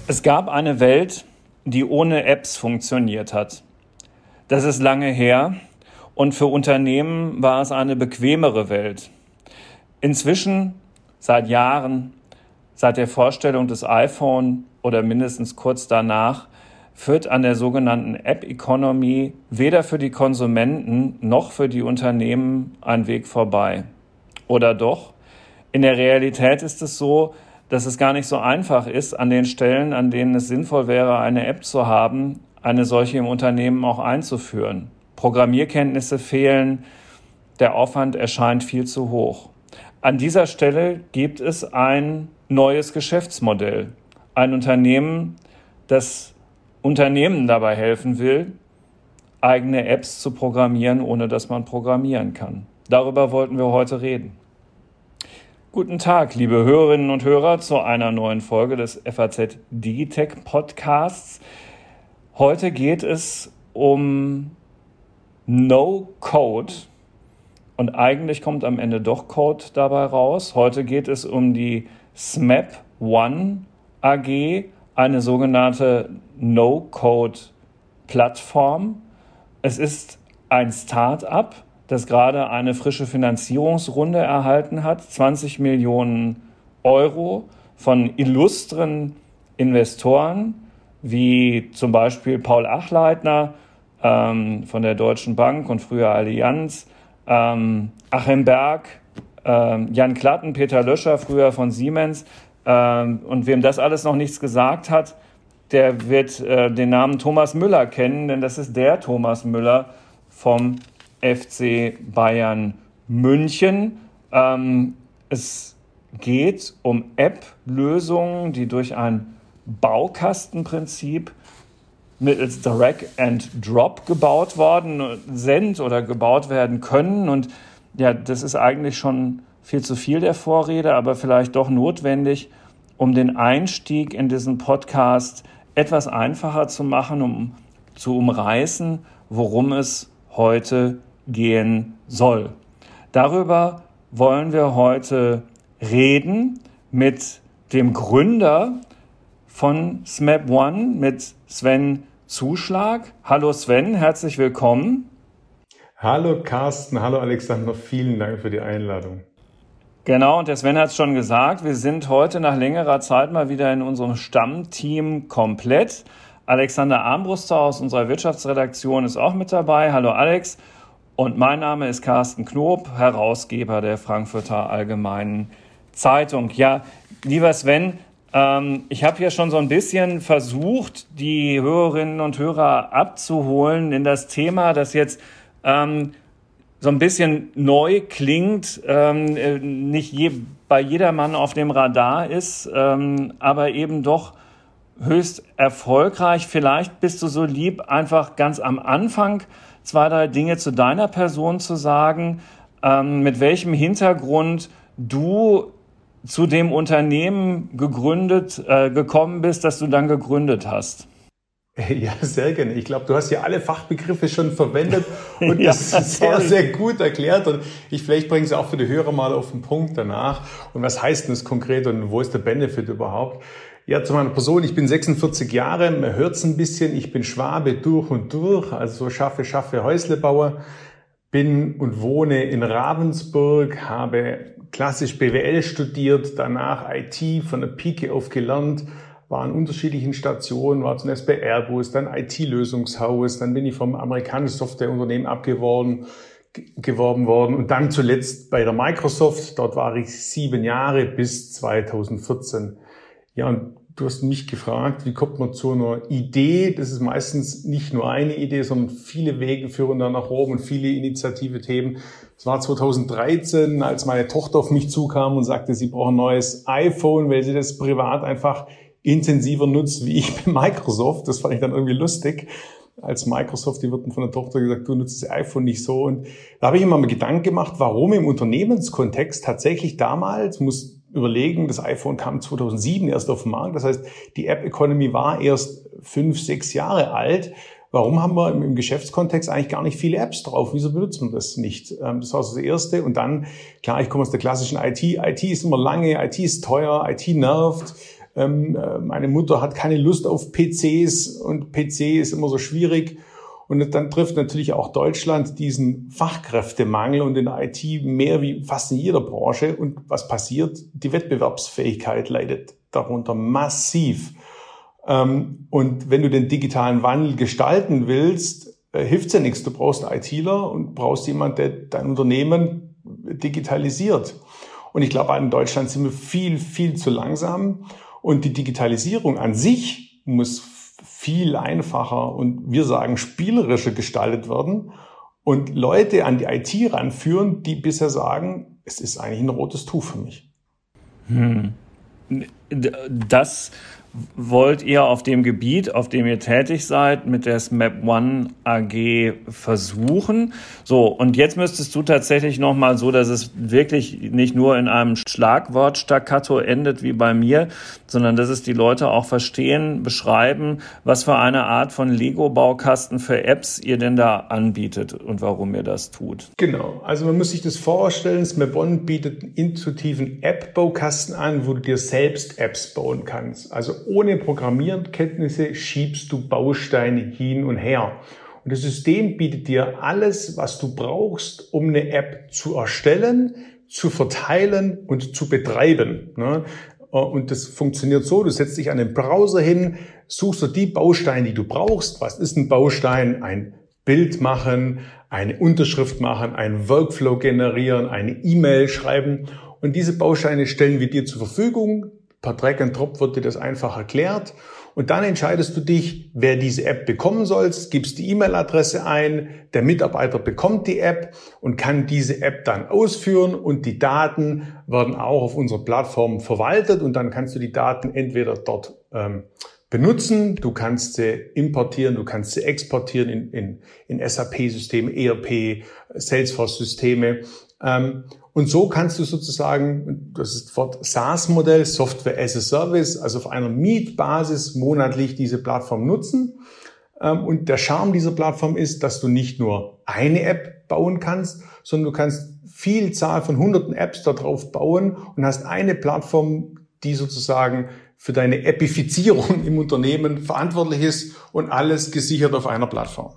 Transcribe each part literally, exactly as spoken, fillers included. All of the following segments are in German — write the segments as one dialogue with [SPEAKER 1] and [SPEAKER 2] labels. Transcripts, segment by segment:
[SPEAKER 1] Es gab eine Welt, die ohne Apps funktioniert hat. Das ist lange her und für Unternehmen war es eine bequemere Welt. Inzwischen, seit Jahren, seit der Vorstellung des iPhone oder mindestens kurz danach, führt an der sogenannten App Economy weder für die Konsumenten noch für die Unternehmen ein Weg vorbei. Oder doch? In der Realität ist es so, dass es gar nicht so einfach ist, an den Stellen, an denen es sinnvoll wäre, eine App zu haben, eine solche im Unternehmen auch einzuführen. Programmierkenntnisse fehlen, der Aufwand erscheint viel zu hoch. An dieser Stelle gibt es ein neues Geschäftsmodell. Ein Unternehmen, das Unternehmen dabei helfen will, eigene Apps zu programmieren, ohne dass man programmieren kann. Darüber wollten wir heute reden. Guten Tag, liebe Hörerinnen und Hörer, zu einer neuen Folge des F A Z Digitech Podcasts. Heute geht es um No-Code und eigentlich kommt am Ende doch Code dabei raus. Heute geht es um die SMAP One A G, eine sogenannte No-Code-Plattform. Es ist ein Start-up, das gerade eine frische Finanzierungsrunde erhalten hat, zwanzig Millionen Euro von illustren Investoren, wie zum Beispiel Paul Achleitner ähm, von der Deutschen Bank und früher Allianz, ähm, Achim Berg, ähm, Jan Klatten, Peter Löscher, früher von Siemens. Ähm, und wem das alles noch nichts gesagt hat, der wird äh, den Namen Thomas Müller kennen, denn das ist der Thomas Müller vom F C Bayern München. Ähm, es geht um App-Lösungen, die durch ein Baukastenprinzip mittels Drag and Drop gebaut worden sind oder gebaut werden können. Und ja, das ist eigentlich schon viel zu viel der Vorrede, aber vielleicht doch notwendig, um den Einstieg in diesen Podcast etwas einfacher zu machen, um zu umreißen, worum es heute gehen soll. Darüber wollen wir heute reden mit dem Gründer von SMAP One, mit Sven Zuschlag. Hallo Sven, herzlich willkommen.
[SPEAKER 2] Hallo Carsten, hallo Alexander, vielen Dank für die Einladung.
[SPEAKER 1] Genau, und der Sven hat es schon gesagt, wir sind heute nach längerer Zeit mal wieder in unserem Stammteam komplett. Alexander Armbruster aus unserer Wirtschaftsredaktion ist auch mit dabei. Hallo Alex. Und mein Name ist Carsten Knob, Herausgeber der Frankfurter Allgemeinen Zeitung. Ja, lieber Sven, ähm, ich habe hier schon so ein bisschen versucht, die Hörerinnen und Hörer abzuholen in das Thema, das jetzt ähm, so ein bisschen neu klingt, ähm, nicht je, bei jedermann auf dem Radar ist, ähm, aber eben doch höchst erfolgreich. Vielleicht bist du so lieb, einfach ganz am Anfang zwei, drei Dinge zu deiner Person zu sagen, ähm, mit welchem Hintergrund du zu dem Unternehmen gegründet, äh, gekommen bist, das du dann gegründet hast.
[SPEAKER 2] Ja, sehr gerne. Ich glaube, du hast ja alle Fachbegriffe schon verwendet und
[SPEAKER 1] ja,
[SPEAKER 2] das ist sehr, sehr gut erklärt. Und ich vielleicht bringe es auch für die Hörer mal auf den Punkt danach. Und was heißt denn das konkret und wo ist der Benefit überhaupt? Ja, zu meiner Person. Ich bin sechsundvierzig Jahre, man hört es ein bisschen. Ich bin Schwabe durch und durch, also so schaffe, schaffe Häuslebauer. Bin und wohne in Ravensburg, habe klassisch B W L studiert, danach I T von der Pike auf gelernt, war an unterschiedlichen Stationen, war zunächst bei Airbus, dann I T-Lösungshaus, dann bin ich vom amerikanischen Softwareunternehmen abgeworben geworben worden und dann zuletzt bei der Microsoft. Dort war ich sieben Jahre bis zweitausendvierzehn. Ja, und du hast mich gefragt, wie kommt man zu einer Idee? Das ist meistens nicht nur eine Idee, sondern viele Wege führen da nach oben und viele Initiative-Themen. Es war zweitausenddreizehn, als meine Tochter auf mich zukam und sagte, sie braucht ein neues iPhone, weil sie das privat einfach intensiver nutzt wie ich bei Microsoft. Das fand ich dann irgendwie lustig. Als Microsoft, die wird von der Tochter gesagt, du nutzt das iPhone nicht so. Und da habe ich immer mal Gedanken gemacht, warum im Unternehmenskontext tatsächlich damals, muss überlegen, das iPhone kam zweitausendsieben erst auf den Markt. Das heißt, die App Economy war erst fünf, sechs Jahre alt. Warum haben wir im Geschäftskontext eigentlich gar nicht viele Apps drauf? Wieso benutzt man das nicht? Das war so das Erste. Und dann, klar, ich komme aus der klassischen I T. I T ist immer lange, I T ist teuer, I T nervt. ähm, meine Mutter hat keine Lust auf P Cs und P C ist immer so schwierig. Und dann trifft natürlich auch Deutschland diesen Fachkräftemangel und in der I T mehr wie fast in jeder Branche. Und was passiert? Die Wettbewerbsfähigkeit leidet darunter massiv. Und wenn du den digitalen Wandel gestalten willst, hilft's ja nichts. Du brauchst einen ITler und brauchst jemanden, der dein Unternehmen digitalisiert. Und ich glaube, in Deutschland sind wir viel, viel zu langsam. Und die Digitalisierung an sich muss viel einfacher und wir sagen spielerischer gestaltet werden und Leute an die I T ranführen, die bisher sagen, es ist eigentlich ein rotes Tuch für mich.
[SPEAKER 1] Hm. Das wollt ihr auf dem Gebiet, auf dem ihr tätig seid, mit der SmapOne A G versuchen. So, und jetzt müsstest du tatsächlich nochmal so, dass es wirklich nicht nur in einem Schlagwort Staccato endet wie bei mir, sondern dass es die Leute auch verstehen, beschreiben, was für eine Art von Lego-Baukasten für Apps ihr denn da anbietet und warum ihr das tut.
[SPEAKER 2] Genau, also man muss sich das vorstellen, SmapOne bietet einen intuitiven App-Baukasten an, wo du dir selbst Apps bauen kannst. Also ohne Programmierkenntnisse schiebst du Bausteine hin und her. Und das System bietet dir alles, was du brauchst, um eine App zu erstellen, zu verteilen und zu betreiben. Und das funktioniert so, du setzt dich an den Browser hin, suchst dir die Bausteine, die du brauchst. Was ist ein Baustein? Ein Bild machen, eine Unterschrift machen, einen Workflow generieren, eine E-Mail schreiben. Und diese Bausteine stellen wir dir zur Verfügung. Per Drag and Drop wird dir das einfach erklärt. Und dann entscheidest du dich, wer diese App bekommen soll, gibst die E-Mail-Adresse ein, der Mitarbeiter bekommt die App und kann diese App dann ausführen und die Daten werden auch auf unserer Plattform verwaltet und dann kannst du die Daten entweder dort ähm, benutzen, du kannst sie importieren, du kannst sie exportieren in, in, in S A P-Systeme, E R P, Salesforce-Systeme. Ähm, Und so kannst du sozusagen, das ist das Wort SaaS-Modell, Software as a Service, also auf einer Mietbasis monatlich diese Plattform nutzen. Und der Charme dieser Plattform ist, dass du nicht nur eine App bauen kannst, sondern du kannst Vielzahl von hunderten Apps darauf bauen und hast eine Plattform, die sozusagen für deine Appifizierung im Unternehmen verantwortlich ist und alles gesichert auf einer Plattform.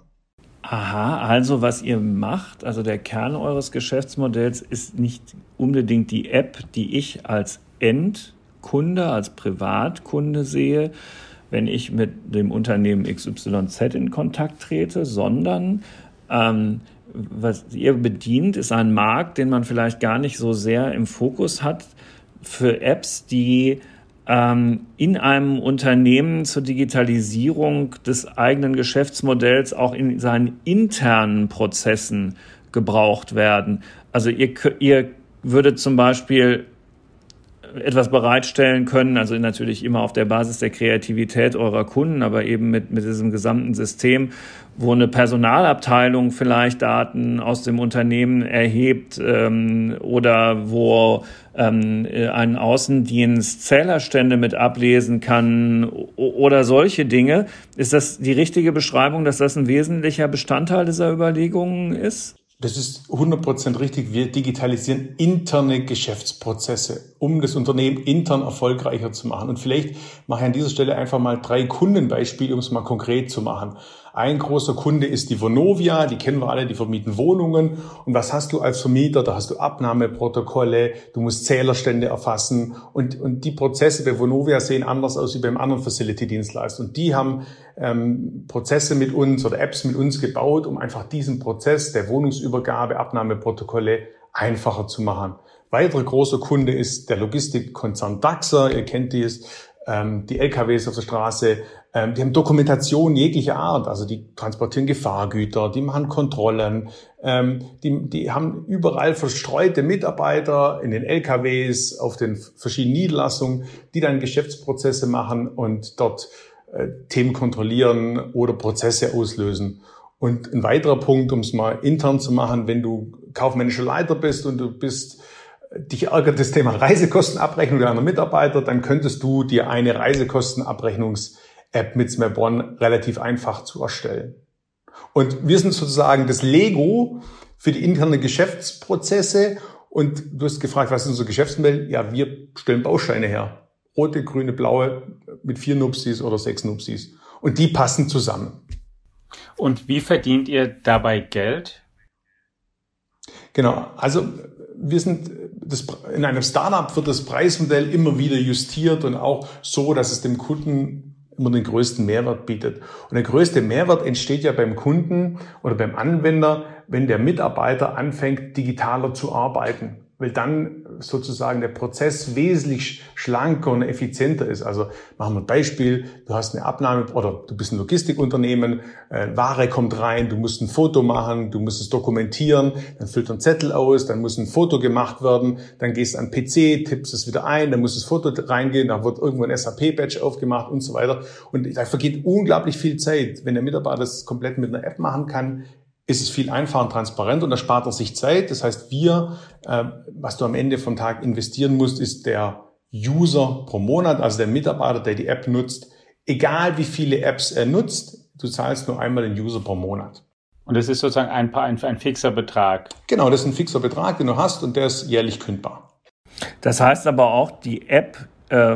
[SPEAKER 1] Aha, also was ihr macht, also der Kern eures Geschäftsmodells ist nicht unbedingt die App, die ich als Endkunde, als Privatkunde sehe, wenn ich mit dem Unternehmen X Y Z in Kontakt trete, sondern ähm, was ihr bedient, ist ein Markt, den man vielleicht gar nicht so sehr im Fokus hat, für Apps, die in einem Unternehmen zur Digitalisierung des eigenen Geschäftsmodells auch in seinen internen Prozessen gebraucht werden. Also ihr, ihr würdet zum Beispiel etwas bereitstellen können, also natürlich immer auf der Basis der Kreativität eurer Kunden, aber eben mit, mit diesem gesamten System, wo eine Personalabteilung vielleicht Daten aus dem Unternehmen erhebt ähm, oder wo ähm, ein Außendienst Zählerstände mit ablesen kann oder solche Dinge. Ist das die richtige Beschreibung, dass das ein wesentlicher Bestandteil dieser Überlegungen ist?
[SPEAKER 2] Das ist hundert Prozent richtig. Wir digitalisieren interne Geschäftsprozesse, um das Unternehmen intern erfolgreicher zu machen. Und vielleicht mache ich an dieser Stelle einfach mal drei Kundenbeispiele, um es mal konkret zu machen. Ein großer Kunde ist die Vonovia, die kennen wir alle, die vermieten Wohnungen. Und was hast du als Vermieter? Da hast du Abnahmeprotokolle, du musst Zählerstände erfassen. Und, und die Prozesse bei Vonovia sehen anders aus wie beim anderen Facility-Dienstleister. Und die haben ähm, Prozesse mit uns oder Apps mit uns gebaut, um einfach diesen Prozess der Wohnungsübergabe, Abnahmeprotokolle einfacher zu machen. Weiterer großer Kunde ist der Logistikkonzern Dachser, ihr kennt die, ähm, die L K Ws auf der Straße. Ähm, die haben Dokumentation jeglicher Art, also die transportieren Gefahrgüter, die machen Kontrollen, ähm, die, die haben überall verstreute Mitarbeiter in den L K Ws, auf den verschiedenen Niederlassungen, die dann Geschäftsprozesse machen und dort äh, Themen kontrollieren oder Prozesse auslösen. Und ein weiterer Punkt, um es mal intern zu machen, wenn du kaufmännischer Leiter bist und du bist dich ärgert das Thema Reisekostenabrechnung deiner Mitarbeiter, dann könntest du dir eine Reisekostenabrechnungs-App mit SmapOne relativ einfach zu erstellen. Und wir sind sozusagen das Lego für die internen Geschäftsprozesse. Und du hast gefragt, was ist unser Geschäftsmodell? Ja, wir stellen Bausteine her. rote, grüne, blaue mit vier Nupsis oder sechs Nupsis. Und die passen zusammen.
[SPEAKER 3] Und wie verdient ihr dabei Geld?
[SPEAKER 2] Genau, also wir sind das, in einem Startup wird das Preismodell immer wieder justiert und auch so, dass es dem Kunden immer den größten Mehrwert bietet. Und der größte Mehrwert entsteht ja beim Kunden oder beim Anwender, wenn der Mitarbeiter anfängt, digitaler zu arbeiten, weil dann sozusagen der Prozess wesentlich schlanker und effizienter ist. Also machen wir ein Beispiel, du hast eine Abnahme oder du bist ein Logistikunternehmen, äh, Ware kommt rein, du musst ein Foto machen, du musst es dokumentieren, dann füllt er einen Zettel aus, dann muss ein Foto gemacht werden, dann gehst du an den P C, tippst es wieder ein, dann muss das Foto reingehen, dann wird irgendwo ein S A P-Badge aufgemacht und so weiter. Und da vergeht unglaublich viel Zeit. Wenn der Mitarbeiter das komplett mit einer App machen kann, ist es viel einfacher und transparent und da spart er sich Zeit. Das heißt, wir, äh, was du am Ende vom Tag investieren musst, ist der User pro Monat, also der Mitarbeiter, der die App nutzt. Egal wie viele Apps er nutzt, du zahlst nur einmal den User pro Monat.
[SPEAKER 3] Und das ist sozusagen ein, ein, ein fixer Betrag?
[SPEAKER 2] Genau, das ist ein fixer Betrag, den du hast und der ist jährlich kündbar.
[SPEAKER 1] Das heißt aber auch, die App äh,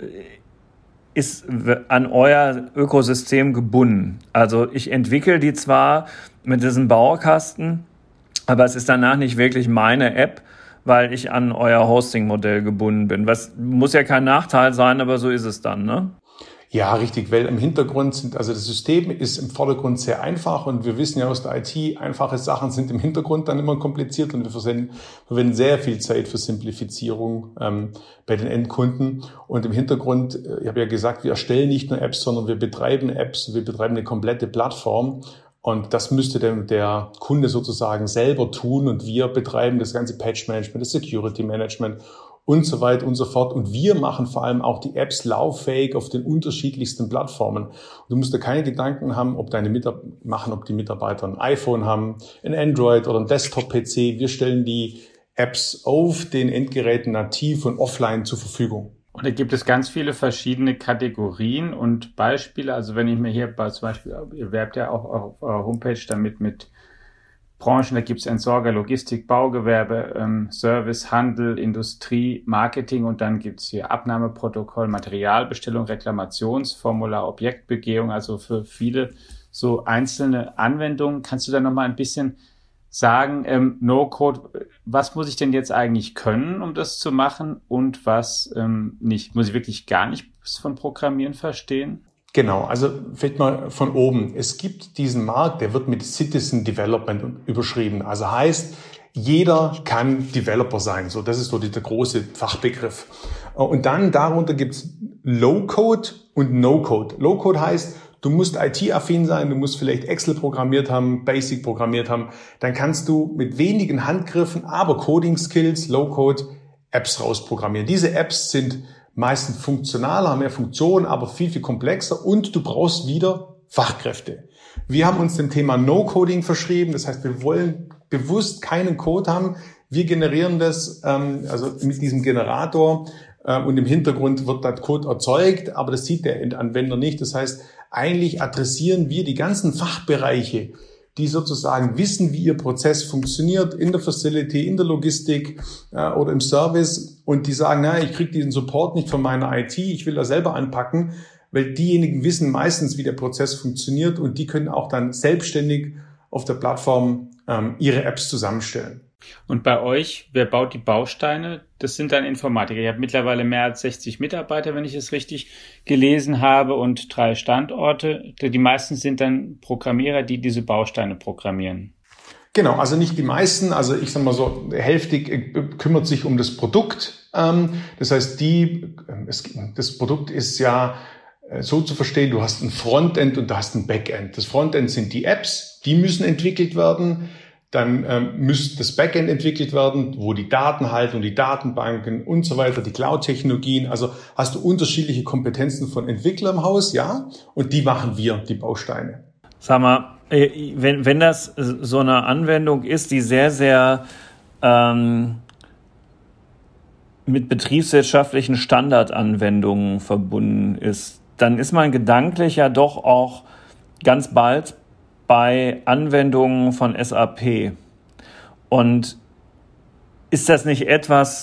[SPEAKER 1] ist an euer Ökosystem gebunden. Also ich entwickle die zwar mit diesem Baukasten, aber es ist danach nicht wirklich meine App, weil ich an euer Hosting-Modell gebunden bin. Was muss ja kein Nachteil sein, aber so ist es dann, ne?
[SPEAKER 2] Ja, richtig, weil im Hintergrund sind, also das System ist im Vordergrund sehr einfach und wir wissen ja aus der I T, einfache Sachen sind im Hintergrund dann immer kompliziert und wir verwenden, verwenden sehr viel Zeit für Simplifizierung ähm, bei den Endkunden. Und im Hintergrund, ich habe ja gesagt, wir erstellen nicht nur Apps, sondern wir betreiben Apps, wir betreiben eine komplette Plattform. Und das müsste der, der Kunde sozusagen selber tun und wir betreiben das ganze Patch-Management, das Security-Management und so weiter und so fort. Und wir machen vor allem auch die Apps lauffähig auf den unterschiedlichsten Plattformen. Und du musst dir keine Gedanken haben, ob deine Mitarbeiter machen, ob die Mitarbeiter ein iPhone haben, ein Android oder ein Desktop-P C. Wir stellen die Apps auf den Endgeräten nativ und offline zur Verfügung.
[SPEAKER 3] Und da gibt es ganz viele verschiedene Kategorien und Beispiele. Also wenn ich mir hier bei, zum Beispiel, ihr werbt ja auch auf eurer Homepage damit mit Branchen, da gibt es Entsorger, Logistik, Baugewerbe, ähm, Service, Handel, Industrie, Marketing und dann gibt es hier Abnahmeprotokoll, Materialbestellung, Reklamationsformular, Objektbegehung, also für viele so einzelne Anwendungen. Kannst du da nochmal ein bisschen sagen, ähm, No-Code, was muss ich denn jetzt eigentlich können, um das zu machen und was ähm, nicht? Muss ich wirklich gar nichts von Programmieren verstehen?
[SPEAKER 2] Genau, also vielleicht mal von oben. Es gibt diesen Markt, der wird mit Citizen Development überschrieben. Also heißt, jeder kann Developer sein. So, das ist so der große Fachbegriff. Und dann darunter gibt's Low-Code und No-Code. Low-Code heißt, du musst I T-affin sein, du musst vielleicht Excel programmiert haben, Basic programmiert haben. Dann kannst du mit wenigen Handgriffen, aber Coding-Skills, Low-Code, Apps rausprogrammieren. Diese Apps sind meistens funktionaler, haben mehr Funktionen, aber viel, viel komplexer und du brauchst wieder Fachkräfte. Wir haben uns dem Thema No-Coding verschrieben, das heißt, wir wollen bewusst keinen Code haben. Wir generieren das ähm, also mit diesem Generator äh, und im Hintergrund wird der Code erzeugt, aber das sieht der Anwender nicht. Das heißt, eigentlich adressieren wir die ganzen Fachbereiche, die sozusagen wissen, wie ihr Prozess funktioniert in der Facility, in der Logistik äh, oder im Service und die sagen, na, ich kriege diesen Support nicht von meiner I T, ich will da selber anpacken, weil diejenigen wissen meistens, wie der Prozess funktioniert und die können auch dann selbstständig auf der Plattform ähm, ihre Apps zusammenstellen.
[SPEAKER 3] Und bei euch, wer baut die Bausteine? Das sind dann Informatiker. Ihr habt mittlerweile mehr als sechzig Mitarbeiter, wenn ich es richtig gelesen habe, und drei Standorte. Die meisten sind dann Programmierer, die diese Bausteine programmieren.
[SPEAKER 2] Genau, also nicht die meisten. Also ich sag mal so, hälftig kümmert sich um das Produkt. Das heißt, die, das Produkt ist ja so zu verstehen, du hast ein Frontend und du hast ein Backend. Das Frontend sind die Apps, die müssen entwickelt werden. Dann ähm, müsste das Backend entwickelt werden, wo die Datenhaltung, die Datenbanken und so weiter, die Cloud-Technologien. Also hast du unterschiedliche Kompetenzen von Entwicklern im Haus, ja, und die machen wir, die Bausteine.
[SPEAKER 1] Sag mal, wenn, wenn das so eine Anwendung ist, die sehr, sehr ähm, mit betriebswirtschaftlichen Standardanwendungen verbunden ist, dann ist man gedanklich ja doch auch ganz bald bei Anwendungen von S A P. Und ist das nicht etwas,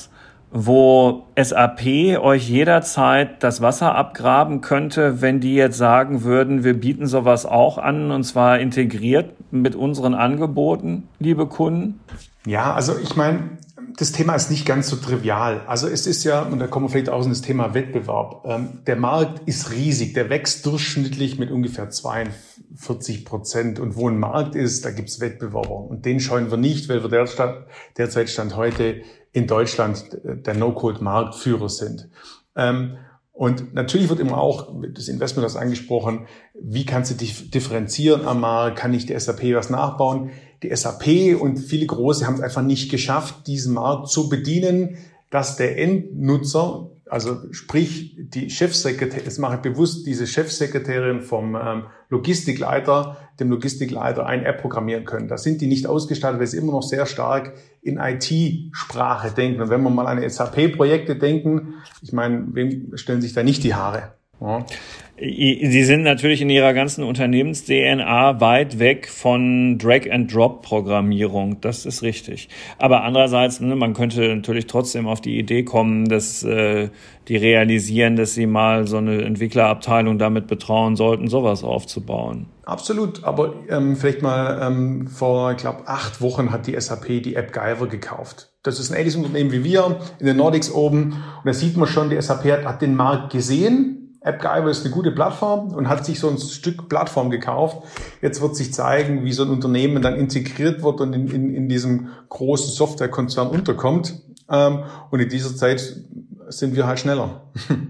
[SPEAKER 1] wo S A P euch jederzeit das Wasser abgraben könnte, wenn die jetzt sagen würden, wir bieten sowas auch an, und zwar integriert mit unseren Angeboten, liebe Kunden?
[SPEAKER 2] Ja, also ich meine, das Thema ist nicht ganz so trivial. Also es ist ja, und da kommen wir vielleicht auch in das Thema Wettbewerb, ähm, der Markt ist riesig, der wächst durchschnittlich mit ungefähr zweiundvierzig Prozent. Und wo ein Markt ist, da gibt's Wettbewerber. Und den scheuen wir nicht, weil wir derzeit, derzeit Stand heute in Deutschland der No-Code-Marktführer sind. Ähm, und natürlich wird immer auch, das Investment das angesprochen, wie kannst du dich differenzieren am Markt, kann ich der S A P was nachbauen? Die S A P und viele Große haben es einfach nicht geschafft, diesen Markt zu bedienen, dass der Endnutzer, also sprich die Chefsekretärin, das mache ich bewusst, diese Chefsekretärin vom ähm, Logistikleiter, dem Logistikleiter eine App programmieren können. Da sind die nicht ausgestattet, weil sie immer noch sehr stark in I T-Sprache denken. Und wenn wir mal an S A P-Projekte denken, ich meine, wem stellen sich da nicht die Haare? Ja.
[SPEAKER 1] Sie sind natürlich in ihrer ganzen Unternehmens-D N A weit weg von Drag-and-Drop-Programmierung. Das ist richtig. Aber andererseits, ne, man könnte natürlich trotzdem auf die Idee kommen, dass äh, die realisieren, dass sie mal so eine Entwicklerabteilung damit betrauen sollten, sowas aufzubauen.
[SPEAKER 2] Absolut. Aber ähm, vielleicht mal ähm, vor, ich glaube, acht Wochen hat die S A P die AppGyver gekauft. Das ist ein ähnliches Unternehmen wie wir in den Nordics oben. Und da sieht man schon, die S A P hat, hat den Markt gesehen. AppGyver ist eine gute Plattform und hat sich so ein Stück Plattform gekauft. Jetzt wird sich zeigen, wie so ein Unternehmen dann integriert wird und in, in, in diesem großen Softwarekonzern unterkommt. Ähm, und in dieser Zeit sind wir halt schneller.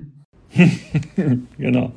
[SPEAKER 1] Genau.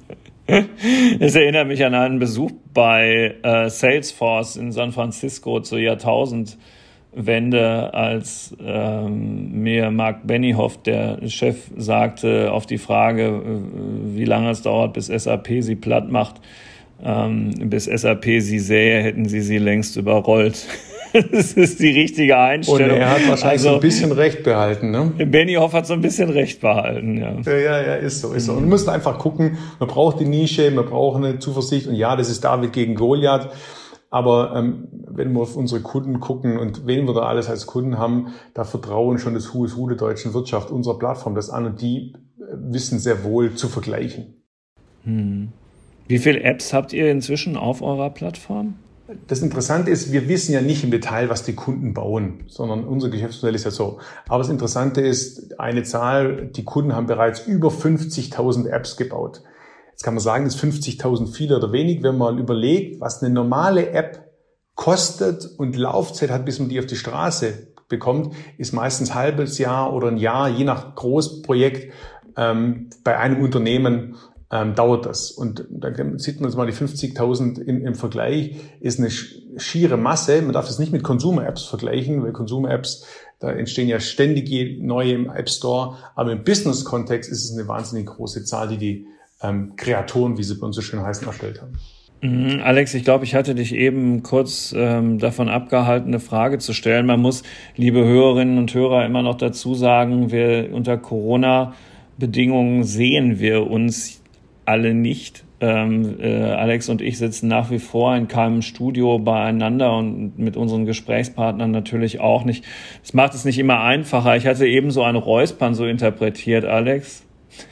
[SPEAKER 1] Es erinnert mich an einen Besuch bei äh, Salesforce in San Francisco zur Jahrtausendwende, als ähm, mir Mark Benioff, der Chef, sagte auf die Frage, äh, wie lange es dauert, bis S A P sie platt macht, ähm, bis S A P sie sähe, hätten sie sie längst überrollt. Das ist die richtige Einstellung.
[SPEAKER 2] Und er hat wahrscheinlich
[SPEAKER 1] also,
[SPEAKER 2] so ein bisschen Recht behalten, ne?
[SPEAKER 1] Benioff hat so ein bisschen Recht behalten, ja.
[SPEAKER 2] Ja, ja, ja, ist so, ist so. Und wir müssen einfach gucken, man braucht die Nische, man braucht eine Zuversicht. Und ja, das ist David gegen Goliath. Aber ähm, wenn wir auf unsere Kunden gucken und wen wir da alles als Kunden haben, da vertrauen schon das Who is Who der deutschen Wirtschaft unserer Plattform das an, und die wissen sehr wohl zu vergleichen.
[SPEAKER 1] Hm. Wie viele Apps habt ihr inzwischen auf eurer Plattform?
[SPEAKER 2] Das Interessante ist, wir wissen ja nicht im Detail, was die Kunden bauen, sondern unser Geschäftsmodell ist ja so. Aber das Interessante ist, eine Zahl, die Kunden haben bereits über fünfzigtausend Apps gebaut. Jetzt kann man sagen, das ist fünfzigtausend viel oder wenig, wenn man überlegt, was eine normale App kostet und Laufzeit hat, bis man die auf die Straße bekommt, ist meistens ein halbes Jahr oder ein Jahr, je nach Großprojekt, ähm, bei einem Unternehmen ähm, dauert das. Und da sieht man jetzt mal die fünfzigtausend in, im Vergleich, ist eine schiere Masse. Man darf das nicht mit Consumer-Apps vergleichen, weil Consumer-Apps, da entstehen ja ständige neue im App Store. Aber im Business-Kontext ist es eine wahnsinnig große Zahl, die die ähm, Kreatoren, wie sie bei uns so schön heißen, erstellt haben.
[SPEAKER 1] Alex, ich glaube, ich hatte dich eben kurz ähm, davon abgehalten, eine Frage zu stellen. Man muss, liebe Hörerinnen und Hörer, immer noch dazu sagen, wir unter Corona-Bedingungen sehen wir uns alle nicht. Ähm, äh, Alex und ich sitzen nach wie vor in keinem Studio beieinander und mit unseren Gesprächspartnern natürlich auch nicht. Das macht es nicht immer einfacher. Ich hatte eben so ein Räuspern so interpretiert, Alex.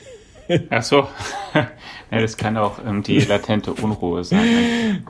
[SPEAKER 3] Ach so. Ja, das kann auch ähm, die latente Unruhe sein.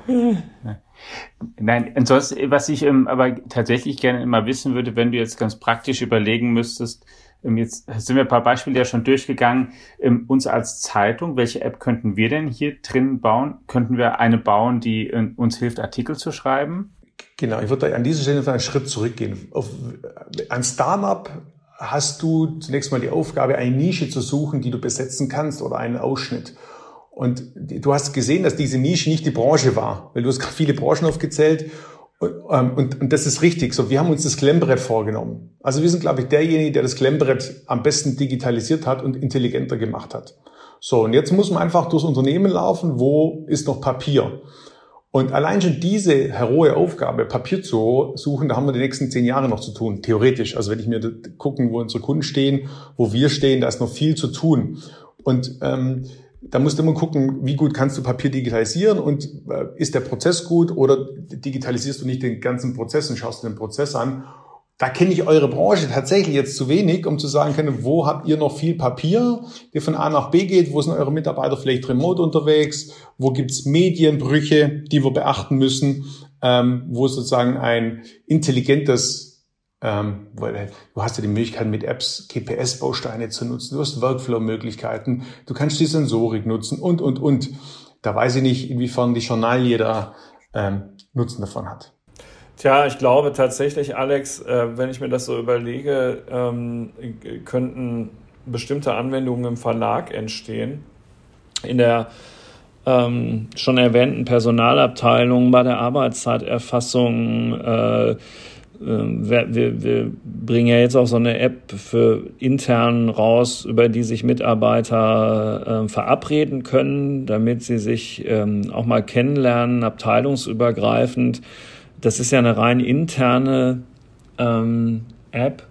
[SPEAKER 3] Nein, ansonsten, was ich ähm, aber tatsächlich gerne immer wissen würde, wenn du jetzt ganz praktisch überlegen müsstest, ähm, jetzt sind wir ein paar Beispiele ja schon durchgegangen, ähm, uns als Zeitung, welche App könnten wir denn hier drin bauen? Könnten wir eine bauen, die äh, uns hilft, Artikel zu schreiben?
[SPEAKER 2] Genau, ich würde an dieser Stelle einen Schritt zurückgehen. Auf, ein Startup hast du zunächst mal die Aufgabe, eine Nische zu suchen, die du besetzen kannst, oder einen Ausschnitt. Und du hast gesehen, dass diese Nische nicht die Branche war, weil du hast gerade viele Branchen aufgezählt. Und, und, und das ist richtig so. Wir haben uns das Klemmbrett vorgenommen. Also wir sind, glaube ich, derjenige, der das Klemmbrett am besten digitalisiert hat und intelligenter gemacht hat. So, und jetzt muss man einfach durchs Unternehmen laufen, wo ist noch Papier? Und allein schon diese heroe Aufgabe, Papier zu suchen, da haben wir die nächsten zehn Jahre noch zu tun, theoretisch. Also wenn ich mir gucken, wo unsere Kunden stehen, wo wir stehen, da ist noch viel zu tun. Und ähm, da musst du immer gucken, wie gut kannst du Papier digitalisieren und äh, ist der Prozess gut, oder digitalisierst du nicht den ganzen Prozess und schaust dir den Prozess an. Da kenne ich eure Branche tatsächlich jetzt zu wenig, um zu sagen können, wo habt ihr noch viel Papier, der von A nach B geht, wo sind eure Mitarbeiter vielleicht remote unterwegs, wo gibt's Medienbrüche, die wir beachten müssen, ähm, wo sozusagen ein intelligentes, ähm, weil du hast ja die Möglichkeit mit Apps G P S-Bausteine zu nutzen, du hast Workflow-Möglichkeiten, du kannst die Sensorik nutzen und, und, und. Da weiß ich nicht, inwiefern die Journalie da ähm, Nutzen davon hat.
[SPEAKER 1] Tja, ich glaube tatsächlich, Alex, äh, wenn ich mir das so überlege, ähm, könnten bestimmte Anwendungen im Verlag entstehen. In der ähm, schon erwähnten Personalabteilung, bei der Arbeitszeiterfassung. Äh, wir, wir, wir bringen ja jetzt auch so eine App für intern raus, über die sich Mitarbeiter äh, verabreden können, damit sie sich ähm, auch mal kennenlernen, abteilungsübergreifend. Das ist ja eine rein interne ähm, App.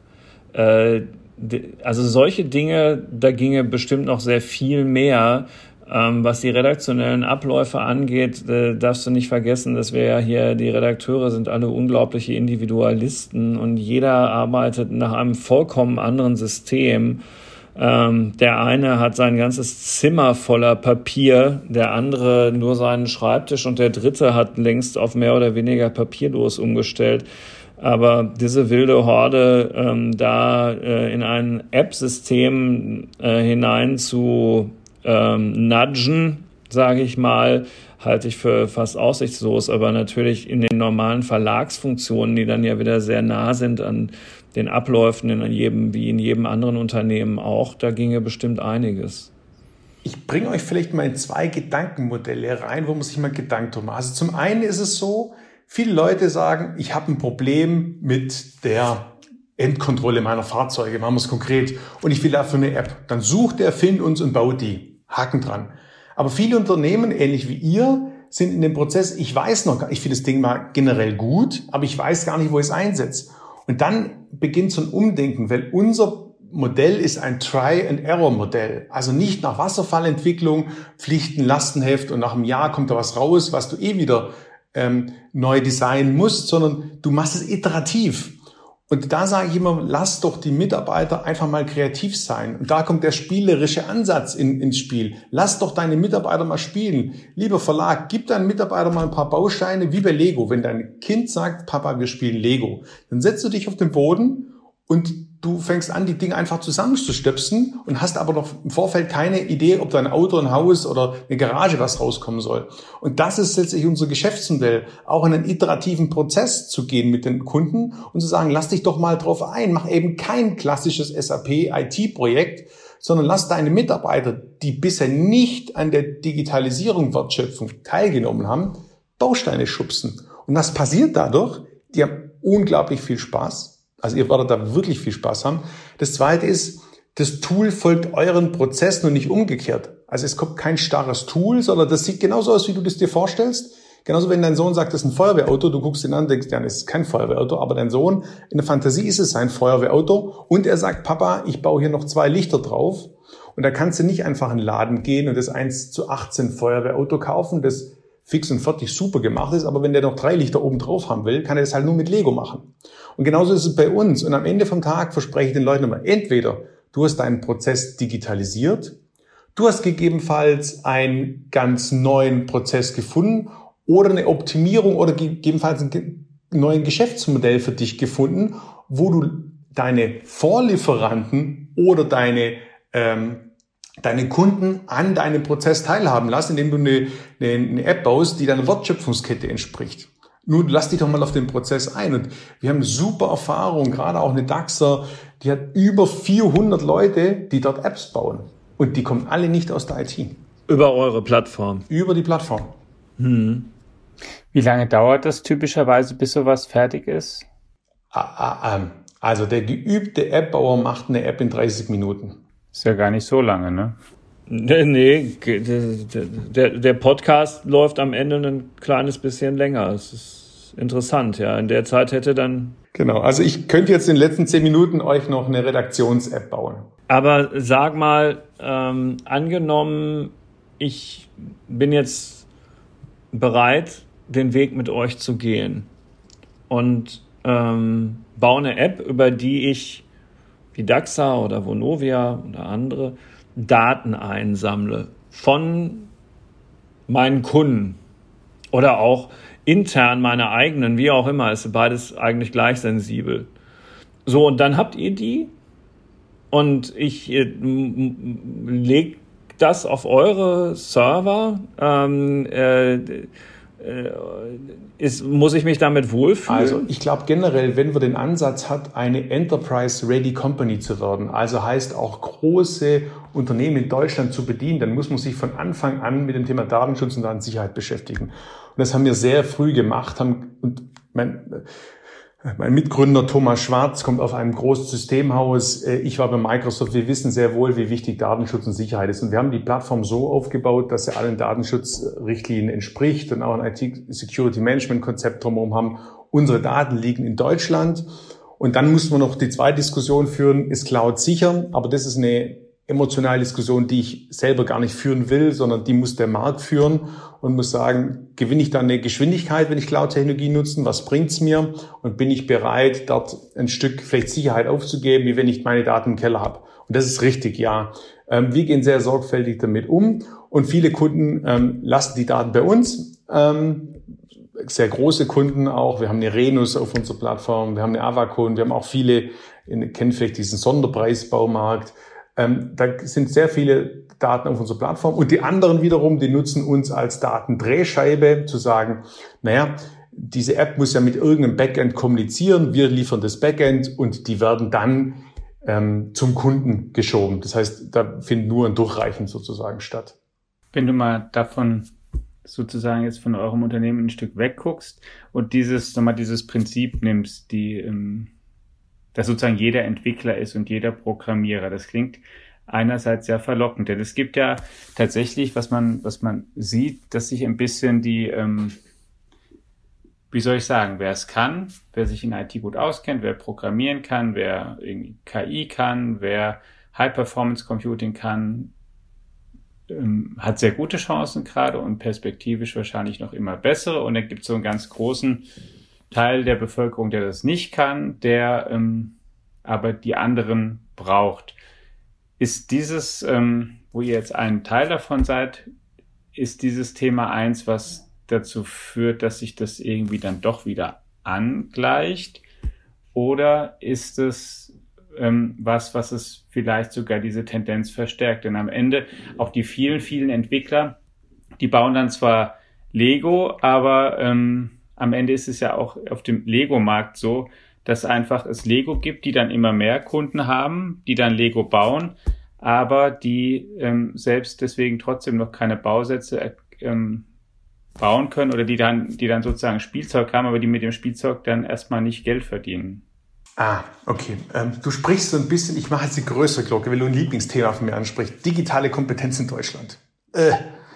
[SPEAKER 1] Äh, de, also solche Dinge, da ginge bestimmt noch sehr viel mehr. Ähm, was die redaktionellen Abläufe angeht, äh, darfst du nicht vergessen, dass wir ja hier, die Redakteure sind alle unglaubliche Individualisten und jeder arbeitet nach einem vollkommen anderen System. Ähm, der eine hat sein ganzes Zimmer voller Papier, der andere nur seinen Schreibtisch und der dritte hat längst auf mehr oder weniger papierlos umgestellt. Aber diese wilde Horde, ähm, da äh, in ein App-System äh, hinein zu ähm, nudgen, sage ich mal, halte ich für fast aussichtslos. Aber natürlich in den normalen Verlagsfunktionen, die dann ja wieder sehr nah sind an den Abläufen in jedem, wie in jedem anderen Unternehmen auch, da ginge bestimmt einiges.
[SPEAKER 2] Ich bringe euch vielleicht mal in zwei Gedankenmodelle rein, wo man sich mal Gedanken drum macht. Also zum einen ist es so, viele Leute sagen, ich habe ein Problem mit der Endkontrolle meiner Fahrzeuge, machen wir es konkret, und ich will dafür eine App. Dann sucht der, findet uns und baut die. Haken dran. Aber viele Unternehmen, ähnlich wie ihr, sind in dem Prozess, ich weiß noch gar nicht, ich finde das Ding mal generell gut, aber ich weiß gar nicht, wo ich es einsetze. Und dann beginnt so ein Umdenken, weil unser Modell ist ein Try-and-Error-Modell. Also nicht nach Wasserfallentwicklung, Pflichten, Lastenheft und nach einem Jahr kommt da was raus, was du eh wieder ähm, neu designen musst, sondern du machst es iterativ. Und da sage ich immer, lass doch die Mitarbeiter einfach mal kreativ sein. Und da kommt der spielerische Ansatz in, ins Spiel. Lass doch deine Mitarbeiter mal spielen. Lieber Verlag, gib deinen Mitarbeitern mal ein paar Bausteine, wie bei Lego. Wenn dein Kind sagt, Papa, wir spielen Lego, dann setzt du dich auf den Boden und du fängst an, die Dinge einfach zusammenzustöpseln und hast aber noch im Vorfeld keine Idee, ob da ein Auto, ein Haus oder eine Garage was rauskommen soll. Und das ist letztlich unser Geschäftsmodell, auch in einen iterativen Prozess zu gehen mit den Kunden und zu sagen, lass dich doch mal drauf ein, mach eben kein klassisches S A P-I T-Projekt, sondern lass deine Mitarbeiter, die bisher nicht an der Digitalisierung, Wertschöpfung teilgenommen haben, Bausteine schubsen. Und was passiert dadurch? Die haben unglaublich viel Spaß. Also ihr werdet da wirklich viel Spaß haben. Das Zweite ist, das Tool folgt euren Prozessen und nicht umgekehrt. Also es kommt kein starres Tool, sondern das sieht genauso aus, wie du das dir vorstellst. Genauso, wenn dein Sohn sagt, das ist ein Feuerwehrauto, du guckst ihn an und denkst, ja, das ist kein Feuerwehrauto, aber dein Sohn, in der Fantasie ist es sein Feuerwehrauto und er sagt, Papa, ich baue hier noch zwei Lichter drauf. Und da kannst du nicht einfach in den Laden gehen und das eins zu achtzehn Feuerwehrauto kaufen, das fix und fertig super gemacht ist, aber wenn der noch drei Lichter oben drauf haben will, kann er das halt nur mit Lego machen. Und genauso ist es bei uns. Und am Ende vom Tag verspreche ich den Leuten immer, entweder du hast deinen Prozess digitalisiert, du hast gegebenenfalls einen ganz neuen Prozess gefunden oder eine Optimierung oder gegebenenfalls ein neues Geschäftsmodell für dich gefunden, wo du deine Vorlieferanten oder deine ähm, deine Kunden an deinem Prozess teilhaben lässt, indem du eine, eine, eine App baust, die deiner Wertschöpfungskette entspricht. Nun lass dich doch mal auf den Prozess ein. Und wir haben eine super Erfahrung, gerade auch eine DAXer, die hat über vierhundert Leute, die dort Apps bauen. Und die kommen alle nicht aus der I T.
[SPEAKER 1] Über eure Plattform?
[SPEAKER 2] Über die Plattform.
[SPEAKER 3] Hm. Wie lange dauert das typischerweise, bis sowas fertig ist?
[SPEAKER 2] Also der geübte Appbauer macht eine App in dreißig Minuten.
[SPEAKER 3] Ist ja gar nicht so lange, ne?
[SPEAKER 1] Nee, nee der, der Podcast läuft am Ende ein kleines bisschen länger. Es ist interessant, ja. In der Zeit hätte dann...
[SPEAKER 2] Genau, also ich könnte jetzt in den letzten zehn Minuten euch noch eine Redaktions-App bauen.
[SPEAKER 1] Aber sag mal, ähm, angenommen, ich bin jetzt bereit, den Weg mit euch zu gehen und ähm, baue eine App, über die ich, wie Daxa oder Vonovia oder andere, Daten einsammle von meinen Kunden oder auch intern meine eigenen, wie auch immer, ist beides eigentlich gleich sensibel. So, und dann habt ihr die und ich äh, lege das auf eure Server. Ähm, äh, Ist, muss ich mich damit wohlfühlen?
[SPEAKER 2] Also ich glaube generell, wenn man den Ansatz hat, eine Enterprise-Ready Company zu werden, also heißt auch große Unternehmen in Deutschland zu bedienen, dann muss man sich von Anfang an mit dem Thema Datenschutz und Datensicherheit beschäftigen. Und das haben wir sehr früh gemacht. Haben, und mein, mein Mitgründer Thomas Schwarz kommt auf einem großen Systemhaus. Ich war bei Microsoft. Wir wissen sehr wohl, wie wichtig Datenschutz und Sicherheit ist. Und wir haben die Plattform so aufgebaut, dass sie allen Datenschutzrichtlinien entspricht und auch ein I T-Security-Management-Konzept drumherum haben. Unsere Daten liegen in Deutschland. Und dann muss man noch die zweite Diskussion führen, ist Cloud sicher? Aber das ist eine emotionale Diskussion, die ich selber gar nicht führen will, sondern die muss der Markt führen und muss sagen, gewinne ich dann eine Geschwindigkeit, wenn ich Cloud-Technologie nutze, was bringt's mir und bin ich bereit, dort ein Stück vielleicht Sicherheit aufzugeben, wie wenn ich meine Daten im Keller habe. Und das ist richtig, ja. Ähm, wir gehen sehr sorgfältig damit um und viele Kunden ähm, lassen die Daten bei uns. Ähm, sehr große Kunden auch. Wir haben eine Renus auf unserer Plattform, wir haben eine Avacon, wir haben auch viele, ihr kennt vielleicht diesen Sonderpreisbaumarkt. Ähm, da sind sehr viele Daten auf unserer Plattform und die anderen wiederum, die nutzen uns als Datendrehscheibe, zu sagen, naja, diese App muss ja mit irgendeinem Backend kommunizieren, wir liefern das Backend und die werden dann ähm, zum Kunden geschoben. Das heißt, da findet nur ein Durchreichen sozusagen statt.
[SPEAKER 3] Wenn du mal davon sozusagen jetzt von eurem Unternehmen ein Stück wegguckst und dieses, nochmal dieses Prinzip nimmst, die ähm dass sozusagen jeder Entwickler ist und jeder Programmierer. Das klingt einerseits sehr verlockend, denn es gibt ja tatsächlich, was man was man sieht, dass sich ein bisschen die, ähm, wie soll ich sagen, wer es kann, wer sich in I T gut auskennt, wer programmieren kann, wer irgendwie K I kann, wer High-Performance-Computing kann, ähm, hat sehr gute Chancen gerade und perspektivisch wahrscheinlich noch immer bessere. Und dann gibt es so einen ganz großen Teil der Bevölkerung, der das nicht kann, der ähm, aber die anderen braucht. Ist dieses, ähm, wo ihr jetzt ein Teil davon seid, ist dieses Thema eins, was dazu führt, dass sich das irgendwie dann doch wieder angleicht? Oder ist es ähm, was, was es vielleicht sogar diese Tendenz verstärkt? Denn am Ende auch die vielen, vielen Entwickler, die bauen dann zwar Lego, aber ähm, am Ende ist es ja auch auf dem Lego-Markt so, dass einfach es Lego gibt, die dann immer mehr Kunden haben, die dann Lego bauen, aber die ähm, selbst deswegen trotzdem noch keine Bausätze ähm, bauen können oder die dann, die dann sozusagen Spielzeug haben, aber die mit dem Spielzeug dann erstmal nicht Geld verdienen.
[SPEAKER 2] Ah, okay. Ähm, du sprichst so ein bisschen, ich mache jetzt die größere Glocke, weil du ein Lieblingsthema von mir ansprichst. Digitale Kompetenz in Deutschland. Äh,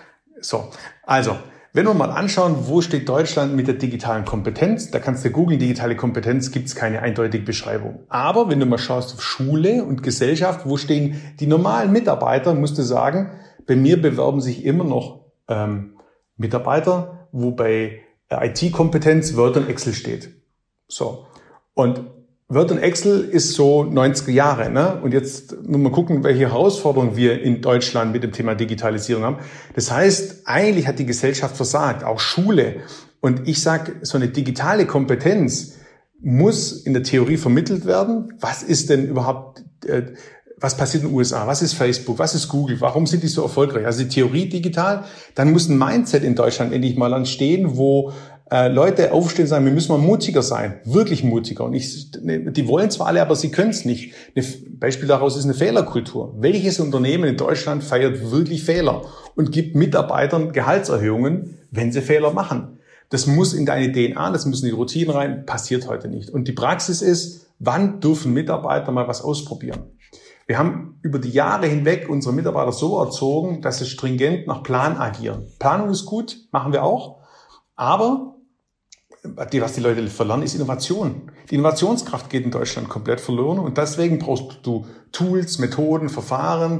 [SPEAKER 2] so, also, wenn wir mal anschauen, wo steht Deutschland mit der digitalen Kompetenz, da kannst du googeln, digitale Kompetenz, gibt es keine eindeutige Beschreibung. Aber wenn du mal schaust auf Schule und Gesellschaft, wo stehen die normalen Mitarbeiter, musst du sagen, bei mir bewerben sich immer noch ähm, Mitarbeiter, wo bei I T-Kompetenz Word und Excel steht. So. Und Word und Excel ist so neunziger Jahre, ne? Und jetzt müssen wir gucken, welche Herausforderungen wir in Deutschland mit dem Thema Digitalisierung haben. Das heißt, eigentlich hat die Gesellschaft versagt, auch Schule. Und ich sage, so eine digitale Kompetenz muss in der Theorie vermittelt werden. Was ist denn überhaupt, äh, was passiert in den U S A? Was ist Facebook? Was ist Google? Warum sind die so erfolgreich? Also die Theorie digital. Dann muss ein Mindset in Deutschland endlich mal entstehen, wo Leute aufstehen und sagen, wir müssen mal mutiger sein, wirklich mutiger. Und ich, die wollen zwar alle, aber sie können es nicht. Ein Beispiel daraus ist eine Fehlerkultur. Welches Unternehmen in Deutschland feiert wirklich Fehler und gibt Mitarbeitern Gehaltserhöhungen, wenn sie Fehler machen? Das muss in deine D N A, das muss in die Routinen rein, passiert heute nicht. Und die Praxis ist, wann dürfen Mitarbeiter mal was ausprobieren? Wir haben über die Jahre hinweg unsere Mitarbeiter so erzogen, dass sie stringent nach Plan agieren. Planung ist gut, machen wir auch, aber was die Leute verlernen, ist Innovation. Die Innovationskraft geht in Deutschland komplett verloren und deswegen brauchst du Tools, Methoden, Verfahren,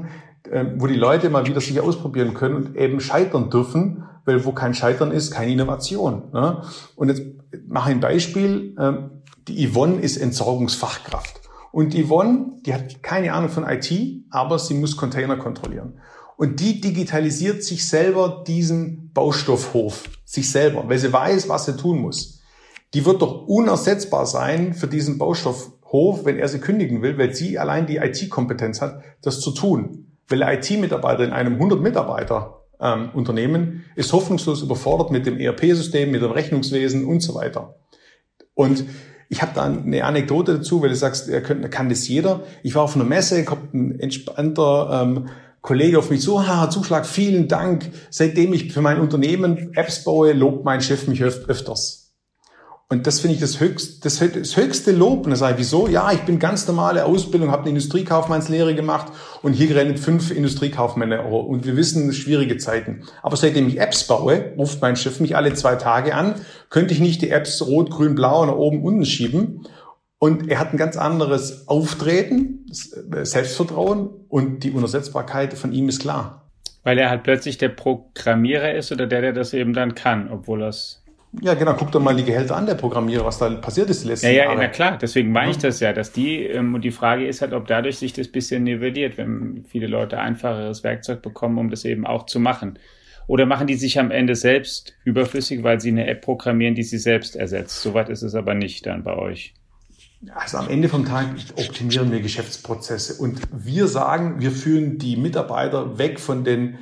[SPEAKER 2] wo die Leute mal wieder sich ausprobieren können und eben scheitern dürfen, weil wo kein Scheitern ist, keine Innovation. Ne? Und jetzt mache ich ein Beispiel. Die Yvonne ist Entsorgungsfachkraft. Und die Yvonne, die hat keine Ahnung von I T, aber sie muss Container kontrollieren. Und die digitalisiert sich selber diesen Baustoffhof, sich selber, weil sie weiß, was sie tun muss. Die wird doch unersetzbar sein für diesen Baustoffhof, wenn er sie kündigen will, weil sie allein die I T-Kompetenz hat, das zu tun. Weil der I T-Mitarbeiter in einem hundert Mitarbeiter ähm, Unternehmen ist hoffnungslos überfordert mit dem E R P-System, mit dem Rechnungswesen und so weiter. Und ich habe da eine Anekdote dazu, weil du sagst, er kann, kann das jeder. Ich war auf einer Messe, kommt ein entspannter ähm, Kollege auf mich zu, ha, Zuschlag, vielen Dank. Seitdem ich für mein Unternehmen Apps baue, lobt mein Chef mich öf- öfters. Und das finde ich das höchste, das, das höchste Lob. Und da sage ich, wieso? Ja, ich bin ganz normale Ausbildung, habe eine Industriekaufmannslehre gemacht und hier rennen fünf Industriekaufmänner. Und wir wissen, schwierige Zeiten. Aber seitdem ich Apps baue, ruft mein Chef mich alle zwei Tage an, könnte ich nicht die Apps rot, grün, blau nach oben, unten schieben. Und er hat ein ganz anderes Auftreten, Selbstvertrauen und die Unersetzbarkeit von ihm ist klar.
[SPEAKER 3] Weil er halt plötzlich der Programmierer ist oder der, der das eben dann kann, obwohl das...
[SPEAKER 2] Ja, genau. Guck doch mal die Gehälter an, der Programmierer, was da passiert ist die letzten
[SPEAKER 3] ja, ja,
[SPEAKER 2] Jahre.
[SPEAKER 3] Ja, na klar. Deswegen meine ich das ja, dass die, ähm, und die Frage ist halt, ob dadurch sich das bisschen nivelliert, wenn viele Leute einfacheres Werkzeug bekommen, um das eben auch zu machen. Oder machen die sich am Ende selbst überflüssig, weil sie eine App programmieren, die sie selbst ersetzt. Soweit ist es aber nicht dann bei euch.
[SPEAKER 2] Also am Ende vom Tag optimieren wir Geschäftsprozesse und wir sagen, wir führen die Mitarbeiter weg von den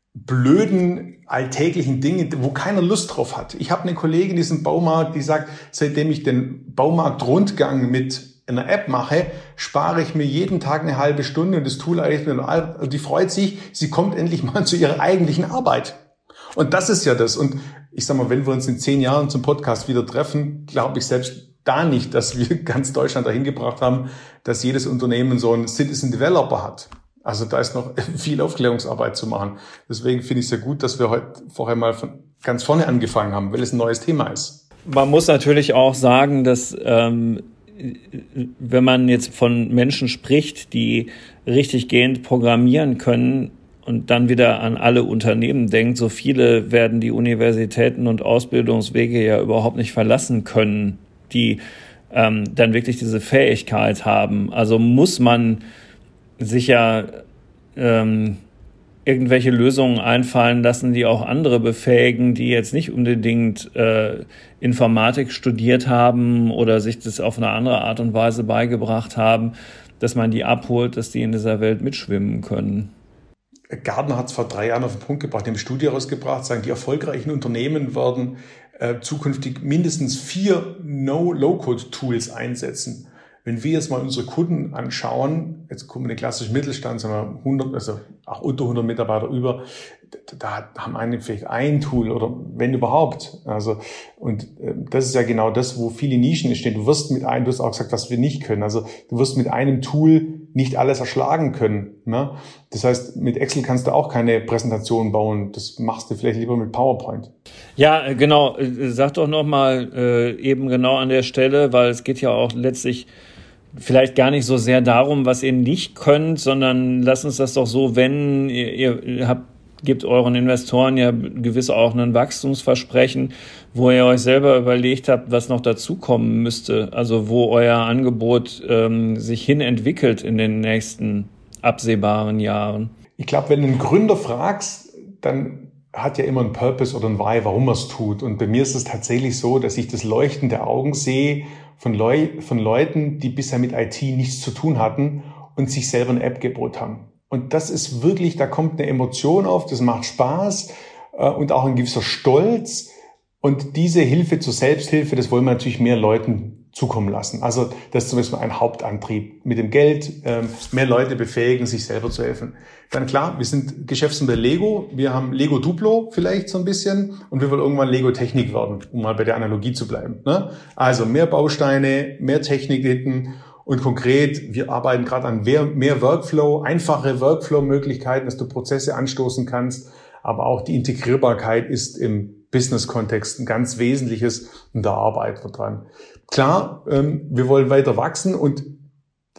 [SPEAKER 2] blöden, alltäglichen Dinge, wo keiner Lust drauf hat. Ich habe eine Kollegin in diesem Baumarkt, die sagt, seitdem ich den Baumarktrundgang mit einer App mache, spare ich mir jeden Tag eine halbe Stunde und das Tool eigentlich mit einer, und die freut sich, sie kommt endlich mal zu ihrer eigentlichen Arbeit. Und das ist ja das. Und ich sag mal, wenn wir uns in zehn Jahren zum Podcast wieder treffen, glaube ich selbst da nicht, dass wir ganz Deutschland dahin gebracht haben, dass jedes Unternehmen so einen Citizen Developer hat. Also da ist noch viel Aufklärungsarbeit zu machen. Deswegen finde ich es sehr gut, dass wir heute vorher mal von ganz vorne angefangen haben, weil es ein neues Thema ist.
[SPEAKER 1] Man muss natürlich auch sagen, dass ähm, wenn man jetzt von Menschen spricht, die richtig gehend programmieren können und dann wieder an alle Unternehmen denkt, so viele werden die Universitäten und Ausbildungswege ja überhaupt nicht verlassen können, die ähm, dann wirklich diese Fähigkeit haben. Also muss man sich ja ähm, irgendwelche Lösungen einfallen lassen, die auch andere befähigen, die jetzt nicht unbedingt äh, Informatik studiert haben oder sich das auf eine andere Art und Weise beigebracht haben, dass man die abholt, dass die in dieser Welt mitschwimmen können.
[SPEAKER 2] Gartner hat es vor drei Jahren auf den Punkt gebracht, die haben eine Studie rausgebracht, sagen, die erfolgreichen Unternehmen werden äh, zukünftig mindestens vier No-Low-Code-Tools einsetzen. Wenn wir jetzt mal unsere Kunden anschauen, jetzt kommen wir in den klassischen Mittelstand, sagen wir hundert, also auch unter hundert Mitarbeiter über, da haben einige vielleicht ein Tool oder wenn überhaupt. Also, und das ist ja genau das, wo viele Nischen entstehen. Du wirst mit einem, du hast auch gesagt, was wir nicht können. Also, du wirst mit einem Tool nicht alles erschlagen können. Ne? Das heißt, mit Excel kannst du auch keine Präsentation bauen. Das machst du vielleicht lieber mit PowerPoint.
[SPEAKER 1] Ja, genau. Sag doch nochmal äh, eben genau an der Stelle, weil es geht ja auch letztlich vielleicht gar nicht so sehr darum, was ihr nicht könnt, sondern lasst uns das doch so, wenn ihr, ihr habt, gebt euren Investoren ja gewiss auch ein Wachstumsversprechen, wo ihr euch selber überlegt habt, was noch dazukommen müsste, also wo euer Angebot ähm, sich hin entwickelt in den nächsten absehbaren Jahren.
[SPEAKER 2] Ich glaube, wenn du einen Gründer fragst, dann hat ja immer ein Purpose oder ein Why, warum er es tut. Und bei mir ist es tatsächlich so, dass ich das Leuchten der Augen sehe von, Leu- von Leuten, die bisher mit I T nichts zu tun hatten und sich selber eine App gebaut haben. Und das ist wirklich, da kommt eine Emotion auf, das macht Spaß äh, und auch ein gewisser Stolz. Und diese Hilfe zur Selbsthilfe, das wollen wir natürlich mehr Leuten zukommen lassen. Also das ist zum Beispiel ein Hauptantrieb. Mit dem Geld ähm, mehr Leute befähigen, sich selber zu helfen. Dann klar, wir sind Geschäftsmodell Lego. Wir haben Lego Duplo vielleicht so ein bisschen und wir wollen irgendwann Lego Technik werden, um mal bei der Analogie zu bleiben. Ne? Also mehr Bausteine, mehr Technik hinten und konkret, wir arbeiten gerade an mehr, mehr Workflow, einfache Workflow-Möglichkeiten, dass du Prozesse anstoßen kannst. Aber auch die Integrierbarkeit ist im Business-Kontext ein ganz wesentliches und da arbeiten wir dran. Klar, ähm, wir wollen weiter wachsen und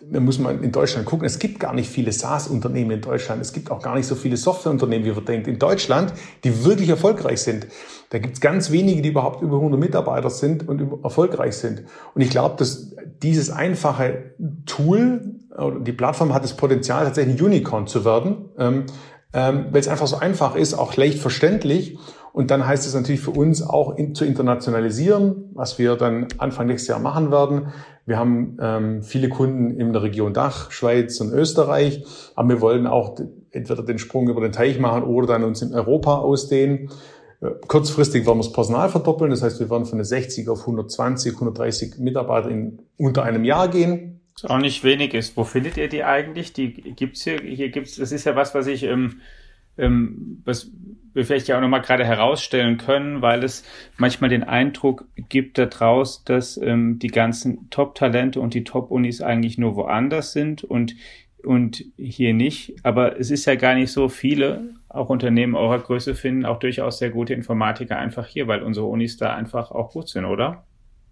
[SPEAKER 2] da muss man in Deutschland gucken, es gibt gar nicht viele SaaS-Unternehmen in Deutschland. Es gibt auch gar nicht so viele Softwareunternehmen, wie man denkt. In Deutschland, die wirklich erfolgreich sind. Da gibt es ganz wenige, die überhaupt über hundert Mitarbeiter sind und erfolgreich sind. Und ich glaube, dass dieses einfache Tool, oder die Plattform hat das Potenzial, tatsächlich ein Unicorn zu werden, ähm, ähm, weil es einfach so einfach ist, auch leicht verständlich. Und dann heißt es natürlich für uns auch in, zu internationalisieren, was wir dann Anfang nächstes Jahr machen werden. Wir haben ähm, viele Kunden in der Region Dach, Schweiz und Österreich, aber wir wollen auch entweder den Sprung über den Teich machen oder dann uns in Europa ausdehnen. Äh, kurzfristig wollen wir das Personal verdoppeln, das heißt, wir werden von sechzig auf hundertzwanzig, hundertdreißig Mitarbeiter in unter einem Jahr gehen.
[SPEAKER 3] Was auch nicht wenig ist. Wo findet ihr die eigentlich? Die gibt's hier, hier gibt's, das ist ja was, was ich, ähm, ähm, was wir vielleicht ja auch nochmal gerade herausstellen können, weil es manchmal den Eindruck gibt daraus, dass ähm, die ganzen Top-Talente und die Top-Unis eigentlich nur woanders sind und und hier nicht. Aber es ist ja gar nicht so, viele, auch Unternehmen eurer Größe finden auch durchaus sehr gute Informatiker einfach hier, weil unsere Unis da einfach auch gut sind, oder?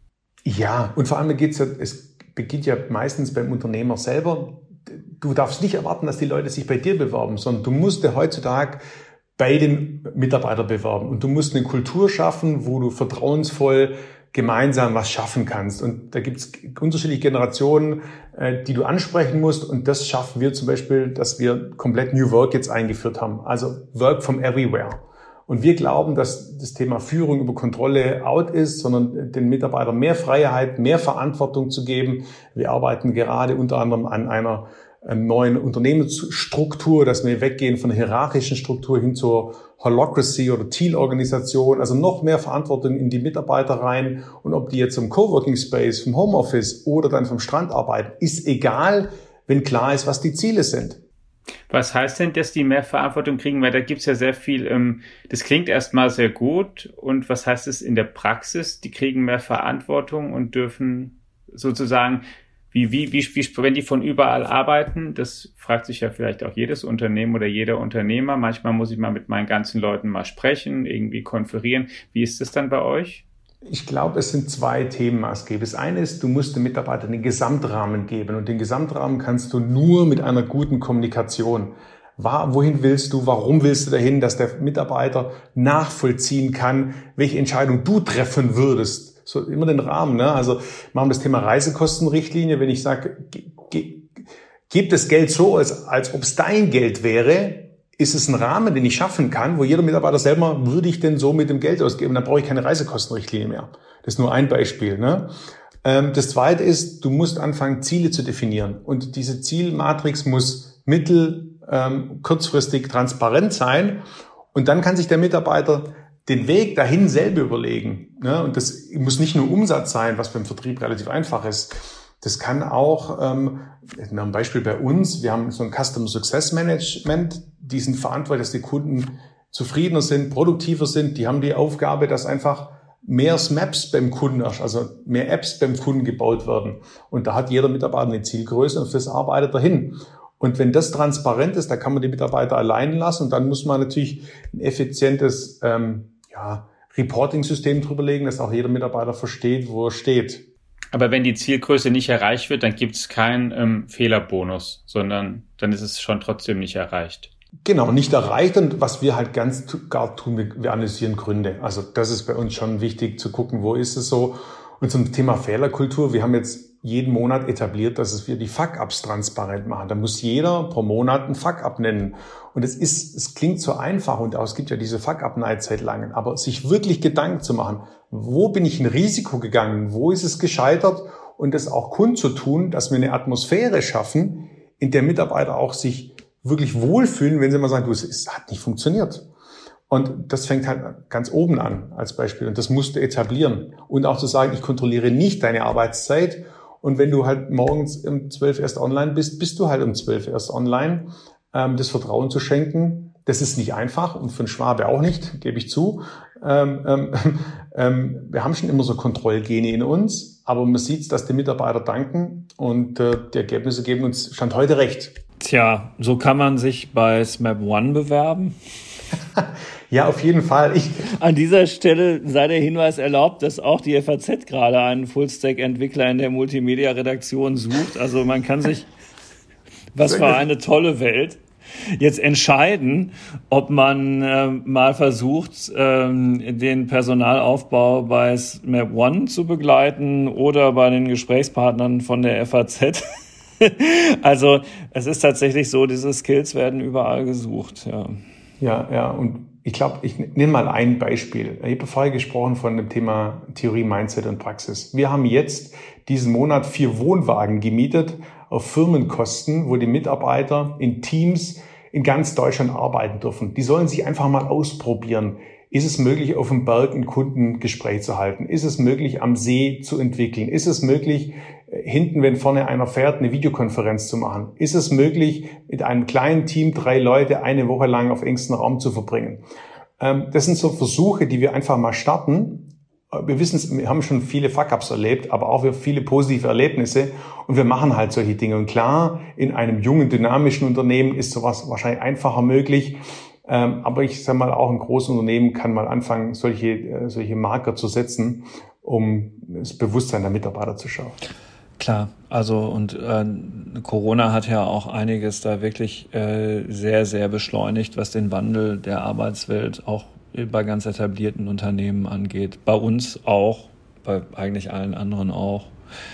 [SPEAKER 2] Ja, und vor allem geht's ja, es beginnt ja meistens beim Unternehmer selber. Du darfst nicht erwarten, dass die Leute sich bei dir bewerben, sondern du musst ja heutzutage bei den Mitarbeitern bewerben. Und du musst eine Kultur schaffen, wo du vertrauensvoll gemeinsam was schaffen kannst. Und da gibt es unterschiedliche Generationen, äh, die du ansprechen musst. Und das schaffen wir zum Beispiel, dass wir komplett New Work jetzt eingeführt haben. Also Work from Everywhere. Und wir glauben, dass das Thema Führung über Kontrolle out ist, sondern den Mitarbeitern mehr Freiheit, mehr Verantwortung zu geben. Wir arbeiten gerade unter anderem an einer neuen Unternehmensstruktur, dass wir weggehen von der hierarchischen Struktur hin zur Holacracy oder Teal-Organisation, also noch mehr Verantwortung in die Mitarbeiter rein. Und ob die jetzt im Coworking Space, vom Homeoffice oder dann vom Strand arbeiten, ist egal, wenn klar ist, was die Ziele sind.
[SPEAKER 3] Was heißt denn, dass die mehr Verantwortung kriegen? Weil da gibt's ja sehr viel, ähm, das klingt erstmal sehr gut. Und was heißt es in der Praxis? Die kriegen mehr Verantwortung und dürfen sozusagen Wie, wie, wie, wie, wenn die von überall arbeiten, das fragt sich ja vielleicht auch jedes Unternehmen oder jeder Unternehmer. Manchmal muss ich mal mit meinen ganzen Leuten mal sprechen, irgendwie konferieren. Wie ist das dann bei euch?
[SPEAKER 2] Ich glaube, es sind zwei Themen maßgeblich. Das eine ist, du musst dem Mitarbeiter einen Gesamtrahmen geben. Und den Gesamtrahmen kannst du nur mit einer guten Kommunikation. Wohin willst du? Warum willst du dahin, dass der Mitarbeiter nachvollziehen kann, welche Entscheidung du treffen würdest? So immer den Rahmen, ne? Also machen wir das Thema Reisekostenrichtlinie. Wenn ich sage, ge, ge, gib das Geld so, als, als ob es dein Geld wäre, ist es ein Rahmen, den ich schaffen kann, wo jeder Mitarbeiter selber, würde ich denn so mit dem Geld ausgeben? Dann brauche ich keine Reisekostenrichtlinie mehr. Das ist nur ein Beispiel, ne? Ähm, das zweite ist, du musst anfangen, Ziele zu definieren. Und diese Zielmatrix muss mittel-, ähm, kurzfristig transparent sein. Und dann kann sich der Mitarbeiter den Weg dahin selber überlegen. Ne? Und das muss nicht nur Umsatz sein, was beim Vertrieb relativ einfach ist. Das kann auch, ähm, ein Beispiel bei uns, wir haben so ein Customer Success Management, die sind verantwortlich, dass die Kunden zufriedener sind, produktiver sind. Die haben die Aufgabe, dass einfach mehr Maps beim Kunden, also mehr Apps beim Kunden gebaut werden. Und da hat jeder Mitarbeiter eine Zielgröße und auf das arbeitet er hin. Und wenn das transparent ist, da kann man die Mitarbeiter allein lassen und dann muss man natürlich ein effizientes ähm, ja, Reporting-System drüber legen, dass auch jeder Mitarbeiter versteht, wo er steht.
[SPEAKER 3] Aber wenn die Zielgröße nicht erreicht wird, dann gibt es keinen ähm, Fehlerbonus, sondern dann ist es schon trotzdem nicht erreicht.
[SPEAKER 2] Genau, nicht erreicht. Und was wir halt ganz gar tun, wir, wir analysieren Gründe. Also das ist bei uns schon wichtig zu gucken, wo ist es so. Und zum Thema Fehlerkultur, wir haben jetzt jeden Monat etabliert, dass wir die Fuck-Ups transparent machen. Da muss jeder pro Monat einen Fuck-Up nennen. Und es ist, es klingt so einfach und es gibt ja diese Fuck-Up-Night seit langem. Aber sich wirklich Gedanken zu machen, wo bin ich in Risiko gegangen? Wo ist es gescheitert? Und das auch kundzutun, dass wir eine Atmosphäre schaffen, in der Mitarbeiter auch sich wirklich wohlfühlen, wenn sie mal sagen, du, es hat nicht funktioniert. Und das fängt halt ganz oben an als Beispiel. Und das musst du etablieren. Und auch zu sagen, ich kontrolliere nicht deine Arbeitszeit. Und wenn du halt morgens um zwölf erst online bist, bist du halt um zwölf erst online. Ähm, das Vertrauen zu schenken, das ist nicht einfach und für einen Schwabe auch nicht, gebe ich zu. Ähm, ähm, ähm, wir haben schon immer so Kontrollgene in uns, aber man sieht, dass die Mitarbeiter danken und äh, die Ergebnisse geben uns Stand heute recht.
[SPEAKER 1] Tja, so kann man sich bei SMAP One bewerben.
[SPEAKER 2] Ja, auf jeden Fall. Ich
[SPEAKER 1] An dieser Stelle sei der Hinweis erlaubt, dass auch die F A Z gerade einen Full-Stack-Entwickler in der Multimedia-Redaktion sucht. Also man kann sich, was für eine tolle Welt, jetzt entscheiden, ob man äh, mal versucht, ähm, den Personalaufbau bei SMAP One zu begleiten oder bei den Gesprächspartnern von der F A Z. Also es ist tatsächlich so, diese Skills werden überall gesucht. Ja,
[SPEAKER 2] ja, ja. Und ich glaube, ich nehme mal ein Beispiel. Ich habe vorher gesprochen von dem Thema Theorie, Mindset und Praxis. Wir haben jetzt diesen Monat vier Wohnwagen gemietet auf Firmenkosten, wo die Mitarbeiter in Teams in ganz Deutschland arbeiten dürfen. Die sollen sich einfach mal ausprobieren. Ist es möglich, auf dem Berg ein Kundengespräch zu halten? Ist es möglich, am See zu entwickeln? Ist es möglich, hinten, wenn vorne einer fährt, eine Videokonferenz zu machen? Ist es möglich, mit einem kleinen Team drei Leute eine Woche lang auf engstem Raum zu verbringen? Das sind so Versuche, die wir einfach mal starten. Wir wissen, wir haben schon viele Fuck-ups erlebt, aber auch viele positive Erlebnisse und wir machen halt solche Dinge. Und klar, in einem jungen, dynamischen Unternehmen ist sowas wahrscheinlich einfacher möglich. Aber ich sage mal, auch ein großes Unternehmen kann mal anfangen, solche, solche Marker zu setzen, um das Bewusstsein der Mitarbeiter zu schaffen.
[SPEAKER 1] Klar, also und äh, Corona hat ja auch einiges da wirklich äh, sehr, sehr beschleunigt, was den Wandel der Arbeitswelt auch bei ganz etablierten Unternehmen angeht. Bei uns auch, bei eigentlich allen anderen auch.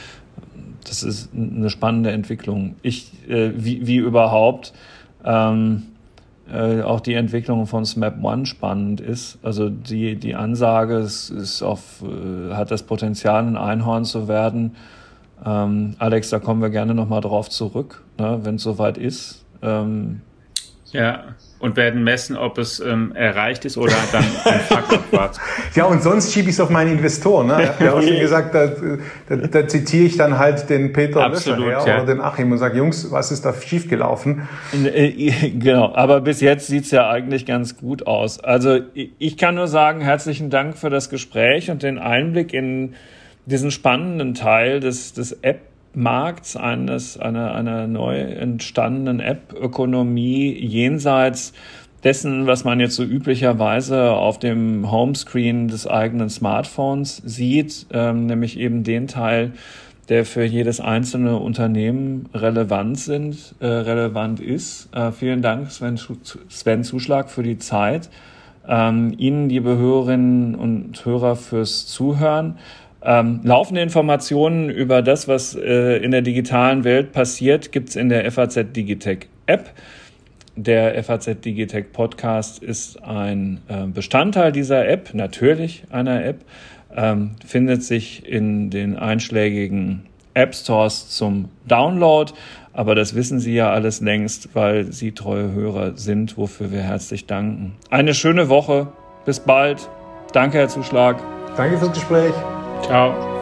[SPEAKER 1] Das ist eine spannende Entwicklung. Ich, äh, wie, wie überhaupt ähm, äh, auch die Entwicklung von SMAP One spannend ist. Also die, die Ansage ist, ist auf, äh, hat das Potenzial, ein Einhorn zu werden. Ähm, Alex, da kommen wir gerne nochmal drauf zurück, ne, wenn es soweit ist. Ähm,
[SPEAKER 3] ja, und werden messen, ob es ähm, erreicht ist oder dann ein Fuck-up war.
[SPEAKER 2] Ja, und sonst schiebe ich es auf meine Investoren. Ne? Ich habe auch schon gesagt, da, da, da zitiere ich dann halt den Peter
[SPEAKER 3] Absolut,
[SPEAKER 2] Löscher her
[SPEAKER 3] ja.
[SPEAKER 2] oder den Achim und sage, Jungs, was ist da schiefgelaufen?
[SPEAKER 1] Genau, aber bis jetzt sieht's ja eigentlich ganz gut aus. Also ich kann nur sagen, herzlichen Dank für das Gespräch und den Einblick in diesen spannenden Teil des, des App-Markts, eines, einer, einer neu entstandenen App-Ökonomie jenseits dessen, was man jetzt so üblicherweise auf dem Homescreen des eigenen Smartphones sieht, ähm, nämlich eben den Teil, der für jedes einzelne Unternehmen relevant sind, äh, relevant ist. Äh, vielen Dank, Sven, Sven Zuschlag, für die Zeit. Ähm, Ihnen, liebe Hörerinnen und Hörer, fürs Zuhören. Ähm, laufende Informationen über das, was äh, in der digitalen Welt passiert, gibt's in der F A Z Digitech App. Der F A Z Digitech Podcast ist ein äh, Bestandteil dieser App, natürlich einer App, ähm, findet sich in den einschlägigen App Stores zum Download. Aber das wissen Sie ja alles längst, weil Sie treue Hörer sind, wofür wir herzlich danken. Eine schöne Woche. Bis bald. Danke, Herr Zuschlag.
[SPEAKER 2] Danke fürs Gespräch.
[SPEAKER 3] Ciao.